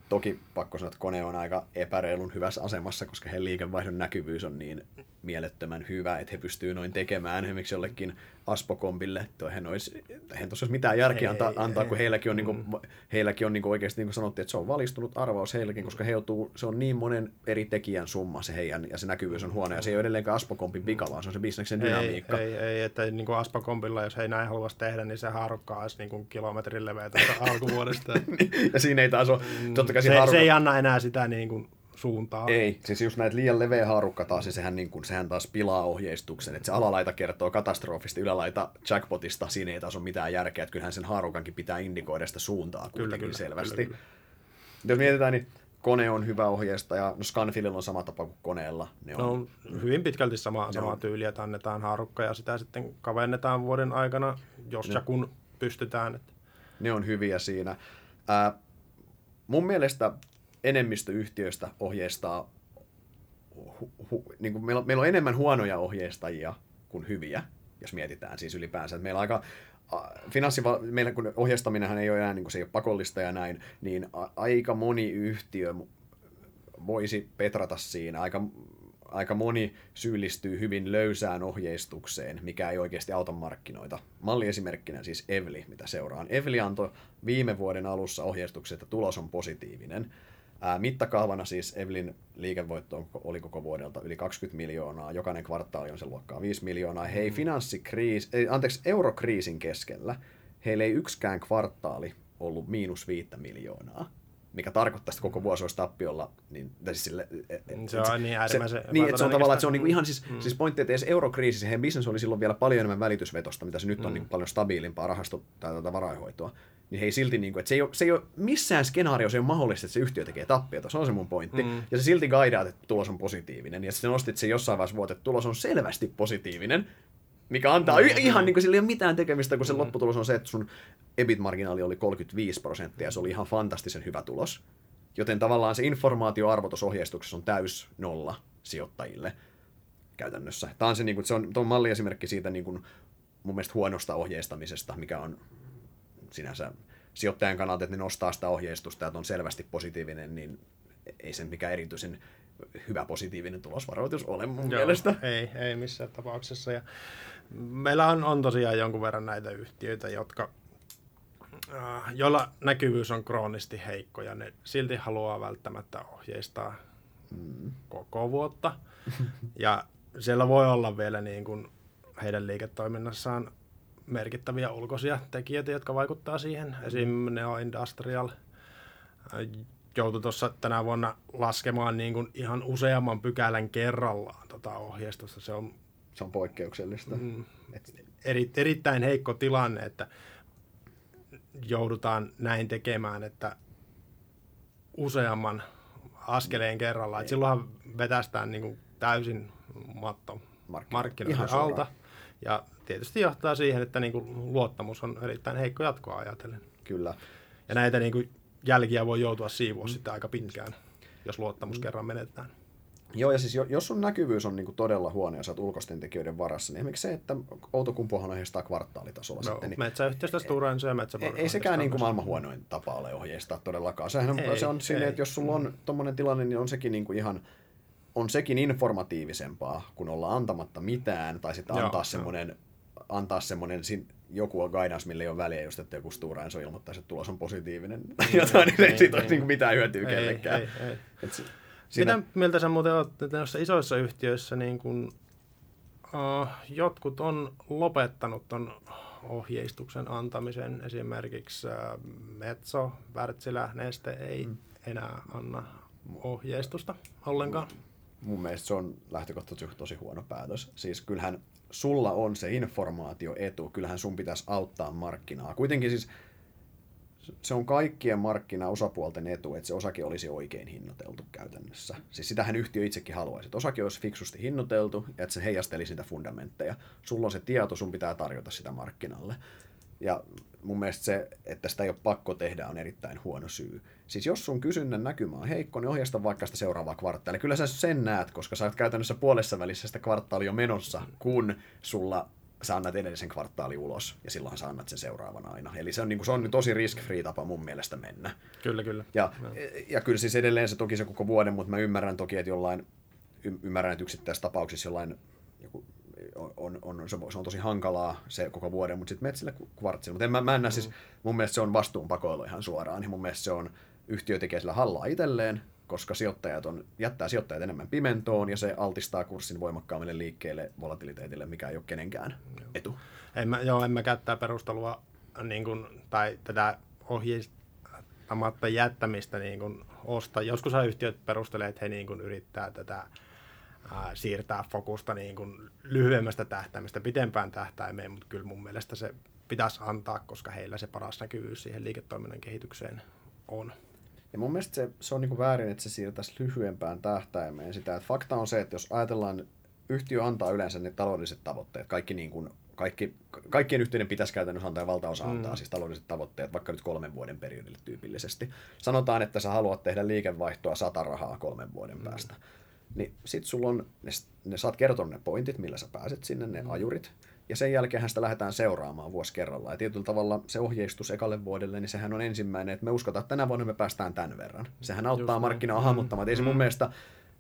Toki pakko sanoa, että Kone on aika epäreilun hyvässä asemassa, koska heidän liikevaihdon näkyvyys on niin mielettömän hyvä, että he pystyvät noin tekemään esimerkiksi jollekin Aspokompille. Eihän tuossa olisi mitään järkeä antaa, antaa kun heilläkin on, mm. niin kuin, heilläkin on niin kuin oikeasti, niin kuin sanottiin, että se on valistunut arvaus heilläkin, koska he joutuu, se on niin monen eri tekijän summa se heidän, ja se näkyvyys on huono, ja se ei ole edelleenkään Aspokompin vika, vaan se on se bisneksen dynamiikka. Ei, ei, ei että niin kuin Aspokompilla, jos he ei näin haluaisi tehdä, niin se haarukka olisi niin kuin kilometrin leveä tuosta alkuvuodesta. Ja siinä ei taas ole, totta kai se, haarukka... se ei anna enää sitä niin kuin suuntaa. Ei, siis just näitä liian leveä haarukka taas, ja sehän, niin kuin, sehän taas pilaa ohjeistuksen, että se alalaita kertoo katastrofista, ylälaita jackpotista, siinä ei taas ole mitään järkeä, että kyllähän sen haarukankin pitää indikoida sitä suuntaa kuitenkin kyllä, selvästi. Kyllä, kyllä. Jos mietitään, niin Kone on hyvä ohjeistaja, no Scanfililla on sama tapa kuin Koneella. Ne on, no, hyvin pitkälti sama, sama tyyli, että annetaan haarukka ja sitä sitten kavennetaan vuoden aikana, jos ne, ja kun pystytään. Että... Ne on hyviä siinä. Äh, mun mielestä enemmistö yhtiöistä ohjeistaa, hu, hu, niin kuin meillä, on, meillä on enemmän huonoja ohjeistajia kuin hyviä, jos mietitään siis ylipäänsä. Että meillä aika, finanssiva, meillä kun ohjeistaminenhan ei ole enää niin kuin se ei ole pakollista ja näin, niin a, aika moni yhtiö voisi petrata siinä. Aika, aika moni syyllistyy hyvin löysään ohjeistukseen, mikä ei oikeasti auta markkinoita. Malliesimerkkinä siis Evli, mitä seuraan. Evli antoi viime vuoden alussa ohjeistuksen, että tulos on positiivinen. Ää, mittakaavana siis Evlin liikevoitto oli koko vuodelta yli kaksikymmentä miljoonaa, jokainen kvartaali on sen luokkaa viisi miljoonaa. Hei, finanssikriis, ei, anteeksi, eurokriisin keskellä heillä ei yksikään kvartaali ollut miinus viittä miljoonaa, mikä tarkoittaa, että koko vuosi olisi tappiolla. Niin, siis sille, et, se on niin äärimmäisen se, niin, että se on tavallaan, että se on niinku ihan siis, mm. siis pointti, että edes eurokriisissä heidän business oli silloin vielä paljon enemmän välitysvetosta, mitä se nyt on mm. niin paljon stabiilimpaa rahasto- tai tuota varainhoitoa. Niin hei silti, niin kuin, että se ei, ole, se ei ole missään skenaariossa ei ole mahdollista, että se yhtiö tekee tappiota. Se on se mun pointti. Mm. Ja se silti guidaa, että tulos on positiivinen. Ja sitten nostit sen jossain vaiheessa vuotta, että tulos on selvästi positiivinen, mikä antaa mm. ihan niin kuin sillä ei ole mitään tekemistä, kun se mm. lopputulos on se, että sun E B I T-marginaali oli kolmekymmentäviisi prosenttia ja se oli ihan fantastisen hyvä tulos. Joten tavallaan se informaatioarvo tuossa ohjeistuksessa on täys nolla sijoittajille käytännössä. Tämä on se, niin kuin, se on, on malliesimerkki siitä niin kuin, mun mielestä huonosta ohjeistamisesta, mikä on sinänsä sijoittajan kannalta, että ne nostaa sitä ohjeistusta ja on selvästi positiivinen, niin ei sen mikään erityisen hyvä positiivinen tulosvaroitus ole mun Joo, mielestä. Ei, ei missään tapauksessa. Ja meillä on, on tosiaan jonkun verran näitä yhtiöitä, jotka, äh, joilla näkyvyys on kroonisti heikko ja ne silti haluaa välttämättä ohjeistaa mm. koko vuotta. Ja siellä voi olla vielä niin kuin heidän liiketoiminnassaan merkittäviä ulkoisia tekijöitä, jotka vaikuttaa siihen. Esimerkiksi Neo Industrial joutui tuossa tänä vuonna laskemaan niin kuin ihan useamman pykälän kerrallaan tota ohjeistusta. Se on, se on poikkeuksellista. Mm, eri, erittäin heikko tilanne, että joudutaan näin tekemään, että useamman askeleen kerrallaan. Et silloinhan vetästään niin kuin täysin matto markkinoiden alta. Ja tietysti johtaa siihen, että niin kuin luottamus on erittäin heikko jatkoa ajatellen. Kyllä. Ja näitä niin kuin jälkiä voi joutua siivoa mm. sitten aika pitkään, jos luottamus mm. kerran menetään. Joo, ja siis jos sun näkyvyys on niinku todella huono ja sä oot ulkoisten tekijöiden varassa, niin esimerkiksi se, että Outokumpuhan ohjeistaa kvartaalitasolla no, sitten. Niin metsäyhtiöstä Stora Enso ja Metsäpalvelut. Ei, ei sekään niinku maailman huonoin tapa ole ohjeistaa todellakaan. Sehän ei, se on sinne, että jos sulla on tommonen tilanne, niin on sekin niinku ihan on sekin informatiivisempaa, kun olla antamatta mitään, tai sitten antaa semmoinen antaa semmoinen, joku on guidance, millä ei ole väliä, just että joku Stora Enso ilmoittaisi, että tulos on positiivinen. Jotain, niin ei siitä ole mitään hyötyä kellekään. Ei, ei, ei. Se, siinä... Mitä mieltä sä muuten olet, että noissa isoissa yhtiöissä niin kun, uh, jotkut on lopettanut ton ohjeistuksen antamisen, esimerkiksi uh, Metso, Wärtsilä, Neste ei mm. enää anna ohjeistusta ollenkaan. Mun mielestä se on lähtökohtaisesti tosi huono päätös. Siis kyllähän sulla on se informaatioetu, kyllähän sun pitäisi auttaa markkinaa. Kuitenkin siis se on kaikkien markkinaosapuolten etu, että se osake olisi oikein hinnoiteltu käytännössä. Siis sitähän yhtiö itsekin haluaisi, että osake olisi fiksusti hinnoiteltu ja että se heijastelisi niitä fundamentteja. Sulla on se tieto, sun pitää tarjota sitä markkinalle. Ja mun mielestä se, että sitä ei ole pakko tehdä, on erittäin huono syy. Siis jos sun kysynnän näkymä on heikko, niin ohjeista vaikka sitä seuraavaa kvartaalia. Kyllä sä sen näet, koska sä oot käytännössä puolessa välissä sitä kvartaalia menossa, kun sulla sä annat edellisen kvartaalin ulos, ja silloin sä annat sen seuraavana aina. Eli se on, niin kuin, se on tosi risk-free tapa mun mielestä mennä. Kyllä, kyllä. Ja, ja kyllä siis edelleen se toki se koko vuoden, mutta mä ymmärrän toki, että jollain, y- ymmärrän, että yksittäisissä tapauksissa jollain joku, on, on, se, on, se on tosi hankalaa se koko vuoden, mutta sitten menet sille kvartsille. Mutta en mä, mä en näe, mm. siis mun mielestä se on vastuunpakoilu ihan suoraan, ja mun mielestä se on, yhtiö tekee sillä hallaa itselleen, koska sijoittajat on, jättää sijoittajat enemmän pimentoon, ja se altistaa kurssin voimakkaammin liikkeelle volatiliteetille, mikä ei ole kenenkään etu. En mä, joo, en mä käyttää perustelua niin kun, tai tätä ohjeistamatta jättämistä niin kun ostaa. Joskus yhtiöt perustelee, että he niin kun yrittää tätä ää, siirtää fokusta niin kun lyhyemmästä tähtäimestä pitempään tähtäimeen, mutta kyllä mun mielestä se pitäisi antaa, koska heillä se paras näkyvyys siihen liiketoiminnan kehitykseen on. Ja mun mielestä se, se on niin kuin väärin, että se siirtäisi lyhyempään tähtäimeen sitä, että fakta on se, että jos ajatellaan, yhtiö antaa yleensä ne taloudelliset tavoitteet, kaikki niin kuin, kaikki, kaikkien yhtiöiden pitäisi käytännössä antaa ja valtaosa antaa mm. siis taloudelliset tavoitteet, vaikka nyt kolmen vuoden periodille tyypillisesti. Sanotaan, että sä haluat tehdä liikevaihtoa sata rahaa kolmen vuoden mm. päästä. Niin sit sulla on, ne, ne saat kertoa ne pointit, millä sä pääset sinne, ne mm. ajurit. Ja sen jälkeen sitä lähdetään seuraamaan vuosi kerrallaan. Ja tietyllä tavalla se ohjeistus ekalle vuodelle, niin sehän on ensimmäinen, että me uskotaan, että tänä vuonna me päästään tämän verran. Sehän auttaa markkinaa hahmottamaan. Ei se mun mielestä,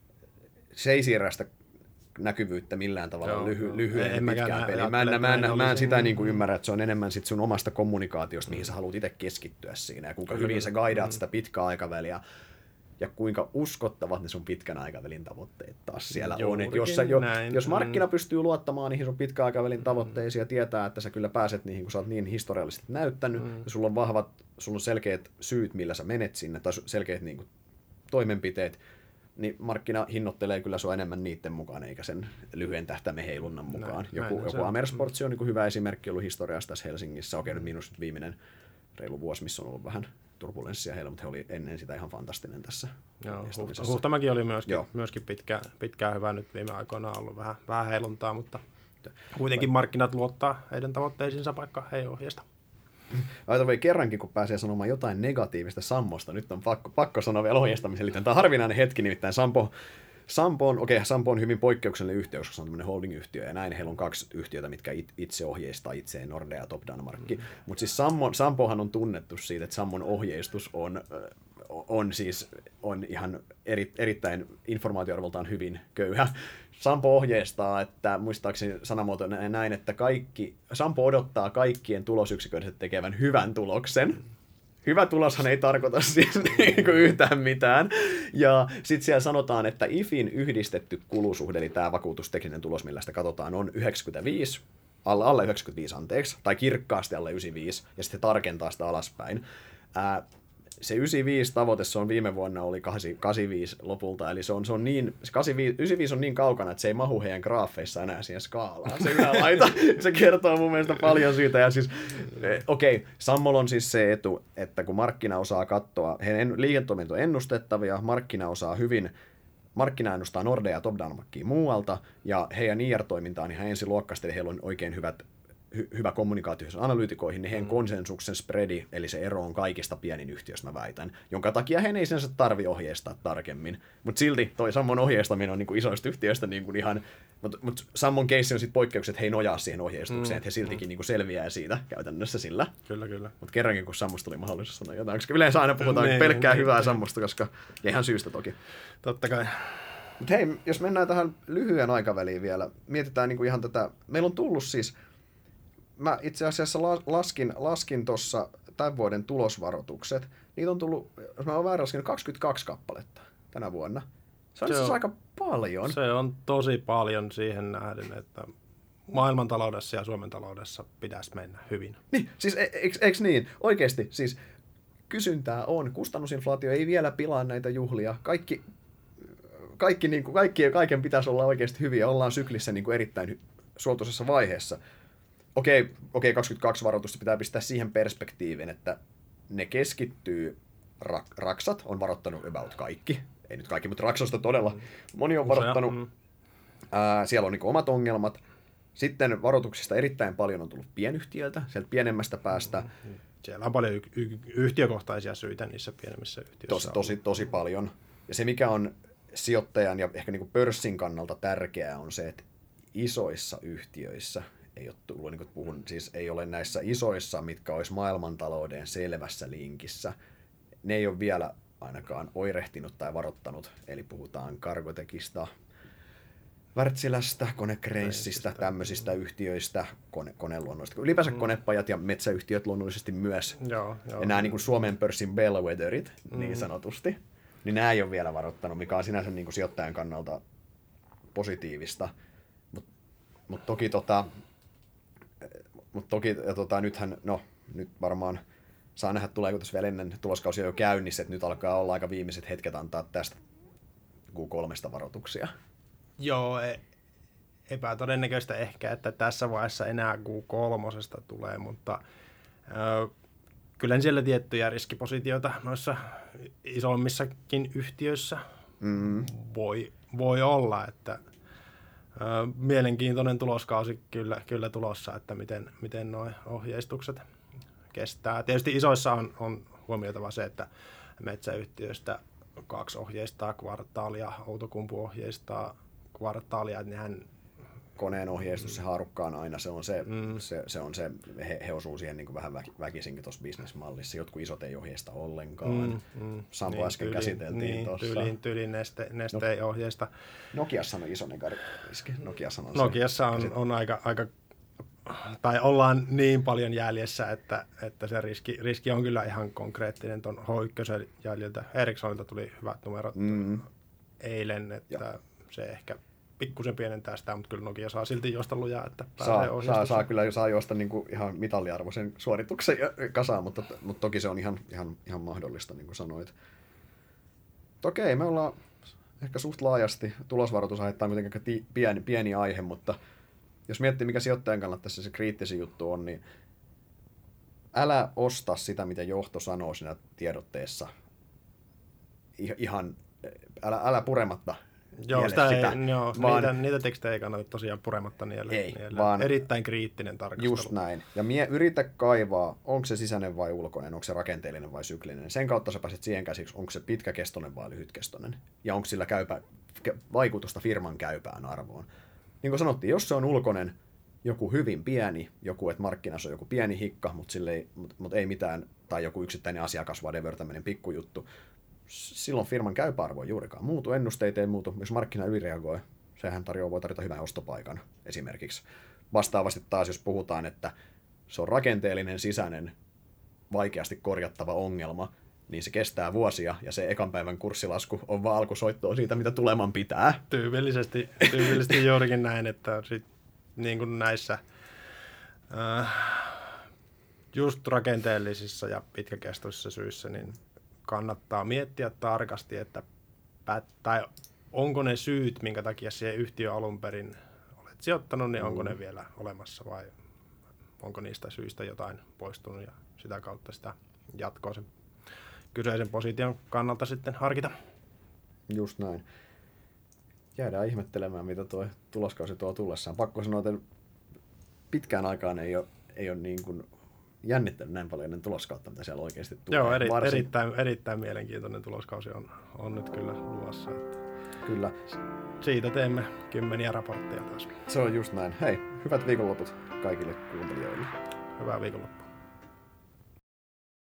se ei siirrä sitä näkyvyyttä millään tavalla joo, lyhy, lyhyen pitkään peliin. Mä en, mä en, mä en sitä niin kuin ymmärrä, että se on enemmän sit sun omasta kommunikaatiosta, mihin sä haluat itse keskittyä siinä. Ja kuinka hyvin sä guidaat sitä pitkää aikaväliä. Ja kuinka uskottavat ne sun pitkän aikavälin tavoitteet taas siellä on. Et jos, sä jo, jos markkina pystyy luottamaan niihin sun pitkän aikavälin tavoitteisiin ja tietää, että sä kyllä pääset niihin, kun sä oot niin historiallisesti näyttänyt, mm. ja sulla on vahvat, sulla on selkeät syyt, millä sä menet sinne, tai selkeät niin kuin, toimenpiteet, niin markkina hinnoittelee kyllä sua enemmän niiden mukaan, eikä sen lyhyen tähtäimen heilunnan mukaan. Näin, joku näin, joku Amersports on niin kuin hyvä esimerkki ollut historiasta tässä Helsingissä. Okei, nyt miinus nyt viimeinen reilu vuosi, missä on ollut vähän turbulenssia heillä, mutta he oli ennen sitä ihan fantastinen tässä. Joo, Huhtamäki oli myöskin, myöskin pitkään, pitkään hyvä, nyt viime aikoina ollut vähän, vähän heiluntaa, mutta kuitenkin markkinat luottaa heidän tavoitteisiinsa, vaikka he ei ohjeista. Aita kerrankin, kun pääsee sanomaan jotain negatiivista Sammosta, nyt on pakko, pakko sanoa vielä ohjeistamiseen liittyen. Tämä on harvinainen hetki, nimittäin Sampo, Sampo on, okei, Sampo on hyvin poikkeuksellinen yhtiö, koska se on tämmöinen holding-yhtiö, ja näin heillä on kaksi yhtiötä, mitkä itse ohjeistaa itseään, Nordea ja Top Danmarkki. Mm. Mutta siis Sampo, Sampohan on tunnettu siitä, että Sammon ohjeistus on, on siis on ihan eri, erittäin informaatioarvoltaan hyvin köyhä. Sampo ohjeistaa, että muistaakseni sanamuoto näin, että kaikki, Sampo odottaa kaikkien tulosyksiköiden tekevän hyvän tuloksen. Hyvä tuloshan ei tarkoita siis niin yhtään mitään. Ja sitten siellä sanotaan, että I F In yhdistetty kulusuhde, eli tämä vakuutustekninen tulos, millä sitä katsotaan, on yhdeksänkymmentäviisi, alle, alle yhdeksänkymmentäviisi anteeksi, tai kirkkaasti alle yhdeksänkymmentäviisi, ja sitten tarkentaa sitä alaspäin. Ää, se yhdeksänkymmentäviisi tavoite, se on viime vuonna oli kahdeksankymmentäviisi lopulta, eli se on, se on niin, se yhdeksänkymmentäviisi on niin kaukana, että se ei mahu heidän graafeissa enää siihen skaalaan, se ylälaita. Se kertoo mun mielestä paljon siitä, ja siis, okei, okay, Sammolla on siis se etu, että kun markkina osaa katsoa, heidän liiketoiminta on ennustettavia, markkina osaa hyvin, markkina ennustaa Nordea ja Top Danmarkia muualta, ja heidän I R-toiminta on ihan ensiluokkaista, eli heillä on oikein hyvät hy- hyvä kommunikaatio analyytikoihin, niin heidän mm. konsensuksen spreadi, eli se ero on kaikista pienin yhtiöstä, mä väitän, jonka takia he ei sen tarvi ohjeistaa tarkemmin. Mutta silti toi Sammon ohjeistaminen on niinku isoista yhtiöistä niinku ihan, mutta mut Sammon case on sitten poikkeukset, että he ei nojaa siihen ohjeistukseen, mm. että he siltikin mm. niinku selviää siitä käytännössä sillä. Kyllä, kyllä. Mutta kerrankin, kun Sammosta tuli mahdollisuus sanoa jotain, koska yleensä aina puhutaan ne, pelkkää ne, hyvää ne. Sammosta, koska ja ihan syystä toki. Totta kai. Mutta hei, jos mennään tähän lyhyen aikaväliin vielä, mietitään niinku ihan tätä, meillä on tullut siis, mä itse asiassa laskin, laskin tuossa tämän vuoden tulosvaroitukset. Niitä on tullut, jos mä oon väärin laskenut, kaksikymmentäkaksi kappaletta tänä vuonna. Se on, se on aika paljon. Se on tosi paljon siihen nähden, että maailmantaloudessa ja Suomen taloudessa pitäisi mennä hyvin. Niin, siis eikö e, niin? Oikeasti, siis kysyntää on. Kustannusinflaatio ei vielä pilaa näitä juhlia. Kaikki, kaikki, niin kuin, kaikki, kaiken pitäisi olla oikeasti hyviä. Ollaan syklissä niin kuin erittäin suotuisessa vaiheessa. Okei, okei, kaksikymmentäkaksi varoitusta pitää pistää siihen perspektiiviin, että ne keskittyy, rak, Raksat on varoittanut about kaikki, ei nyt kaikki, mutta Raksosta todella moni on varoittanut, mm. Ää, siellä on niin kuin omat ongelmat. Sitten varoituksista erittäin paljon on tullut pienyhtiöiltä, sieltä pienemmästä päästä. Siellä on paljon y- y- yhtiökohtaisia syitä niissä pienemmissä yhtiöissä. Tosi, tosi, tosi paljon. Ja se, mikä on sijoittajan ja ehkä niin kuin pörssin kannalta tärkeää, on se, että isoissa yhtiöissä ei ole tullut, niin kuin puhun, siis ei ole näissä isoissa, mitkä olisi maailmantalouden selvässä linkissä. Ne ei ole vielä ainakaan oirehtinut tai varoittanut, eli puhutaan Cargotecista, Wärtsilästä, Konecranesista, tämmöisistä yhtiöistä, kone, koneluonnoista. Ylipäänsä mm. konepajat ja metsäyhtiöt luonnollisesti myös. Joo, joo. Ja nämä niin kuin Suomen pörssin bellwetherit, mm. niin sanotusti, niin nämä ei ole vielä varoittanut, mikä on sinänsä niin kuin sijoittajan kannalta positiivista. Mutta mut toki, tota, mut toki ja tota, nythän, no nyt varmaan saa nähdä, tuleeko tässä vielä ennen tuloskausia jo käynnissä, että nyt alkaa olla aika viimeiset hetket antaa tästä Q kolmesta varoituksia. Joo, epätodennäköistä ehkä, että tässä vaiheessa enää Q kolme tulee, mutta ö, kyllä siellä tiettyjä riskipositioita noissa isommissakin yhtiöissä mm. voi, voi olla, että ö, mielenkiintoinen tuloskausi kyllä, kyllä tulossa, että miten, miten nuo ohjeistukset kestää. Tietysti isoissa on, on huomioitava se, että metsäyhtiöistä kaksi ohjeistaa kvartaalia, Outokumpu ohjeistaa kvartaalia, että nehän... Koneen ohjeistus, se haarukka on aina, se on se, mm. se, se, on se he, he osuu siihen niin kuin vähän väkisinkin tuossa bisnesmallissa. Jotkut isot ei ohjeista ollenkaan. Mm, mm. Sampo niin, äsken tyyliin, käsiteltiin niin, tuossa. Tyyliin, tyyliin neste, neste no, ei ohjeista. Nokiassa on iso riski. Nokiassa on, Nokiassa on, on aika, aika, tai ollaan niin paljon jäljessä, että, että se riski, riski on kyllä ihan konkreettinen tuon H yksi jäljiltä. Ericssonilta tuli hyvät numerot mm. eilen, että ja. se ehkä pikkusen pienentää sitä, mutta kyllä Nokia saa silti juosta lujaa, että saa, saa, saa kyllä saa juosta niin kuin ihan mitalliarvoisen suorituksen kasaan, mutta, mutta toki se on ihan, ihan, ihan mahdollista, niin kuin sanoit. Okei, me ollaan ehkä suht laajasti, tulosvaroitus aiheuttaa kuitenkin ti- pieni, pieni aihe, mutta jos miettii, mikä sijoittajan kannalta tässä se kriittisin juttu on, niin älä osta sitä, mitä johto sanoo siinä tiedotteessa. Ihan, älä, älä purematta. Joo, sitä sitä, ei, joo vaan, niitä, niitä tekstejä ei kannata tosiaan purematta niellä. Ei, niellä. vaan erittäin kriittinen tarkastelu. Just näin. Ja mie, yritä kaivaa, onko se sisäinen vai ulkoinen, onko se rakenteellinen vai syklinen. Sen kautta sä pääset siihen käsiksi, onko se pitkäkestoinen vai lyhytkestoinen. Ja onko sillä käypä, vaikutusta firman käypään arvoon. Niin kuin sanottiin, jos se on ulkoinen, joku hyvin pieni, joku, että markkinassa on joku pieni hikka, mutta, sille ei, mutta, mutta ei mitään, tai joku yksittäinen asiakas, whatever, tämmöinen pikkujuttu, silloin firman käypä arvo ei juurikaan muutu, ennusteet ei muutu, jos markkina ylireagoi, sehän tarjoaa, voi tarjota hyvän ostopaikan esimerkiksi. Vastaavasti taas, jos puhutaan, että se on rakenteellinen, sisäinen, vaikeasti korjattava ongelma, niin se kestää vuosia, ja se ekan päivän kurssilasku on vaan alkusoittoa siitä, mitä tuleman pitää. Tyypillisesti, tyypillisesti juurikin näin, että sit, niin kuin näissä äh, just rakenteellisissa ja pitkäkestoisissa syissä, niin kannattaa miettiä tarkasti, että pät, tai onko ne syyt, minkä takia siihen yhtiö alun perin olet sijoittanut, niin onko ne vielä olemassa vai onko niistä syistä jotain poistunut ja sitä kautta sitä jatkoa sen kyseisen position kannalta sitten harkita. Just näin. Jäädään ihmettelemään, mitä tuo tuloskausi tuo tullessaan. Pakko sanoa, että pitkään aikaan ei ole, ei ole niin kuin jännittänyt näin paljon ennen tuloskautta, mitä siellä oikeasti tulee. Joo, eri, Varsin... erittäin, erittäin mielenkiintoinen tuloskausi on, on nyt kyllä luvassa. Että kyllä. Siitä teemme kymmeniä raportteja taas. Se on just näin. Hei, hyvät viikonloput kaikille kuuntelijoille. Hyvää viikonloppua.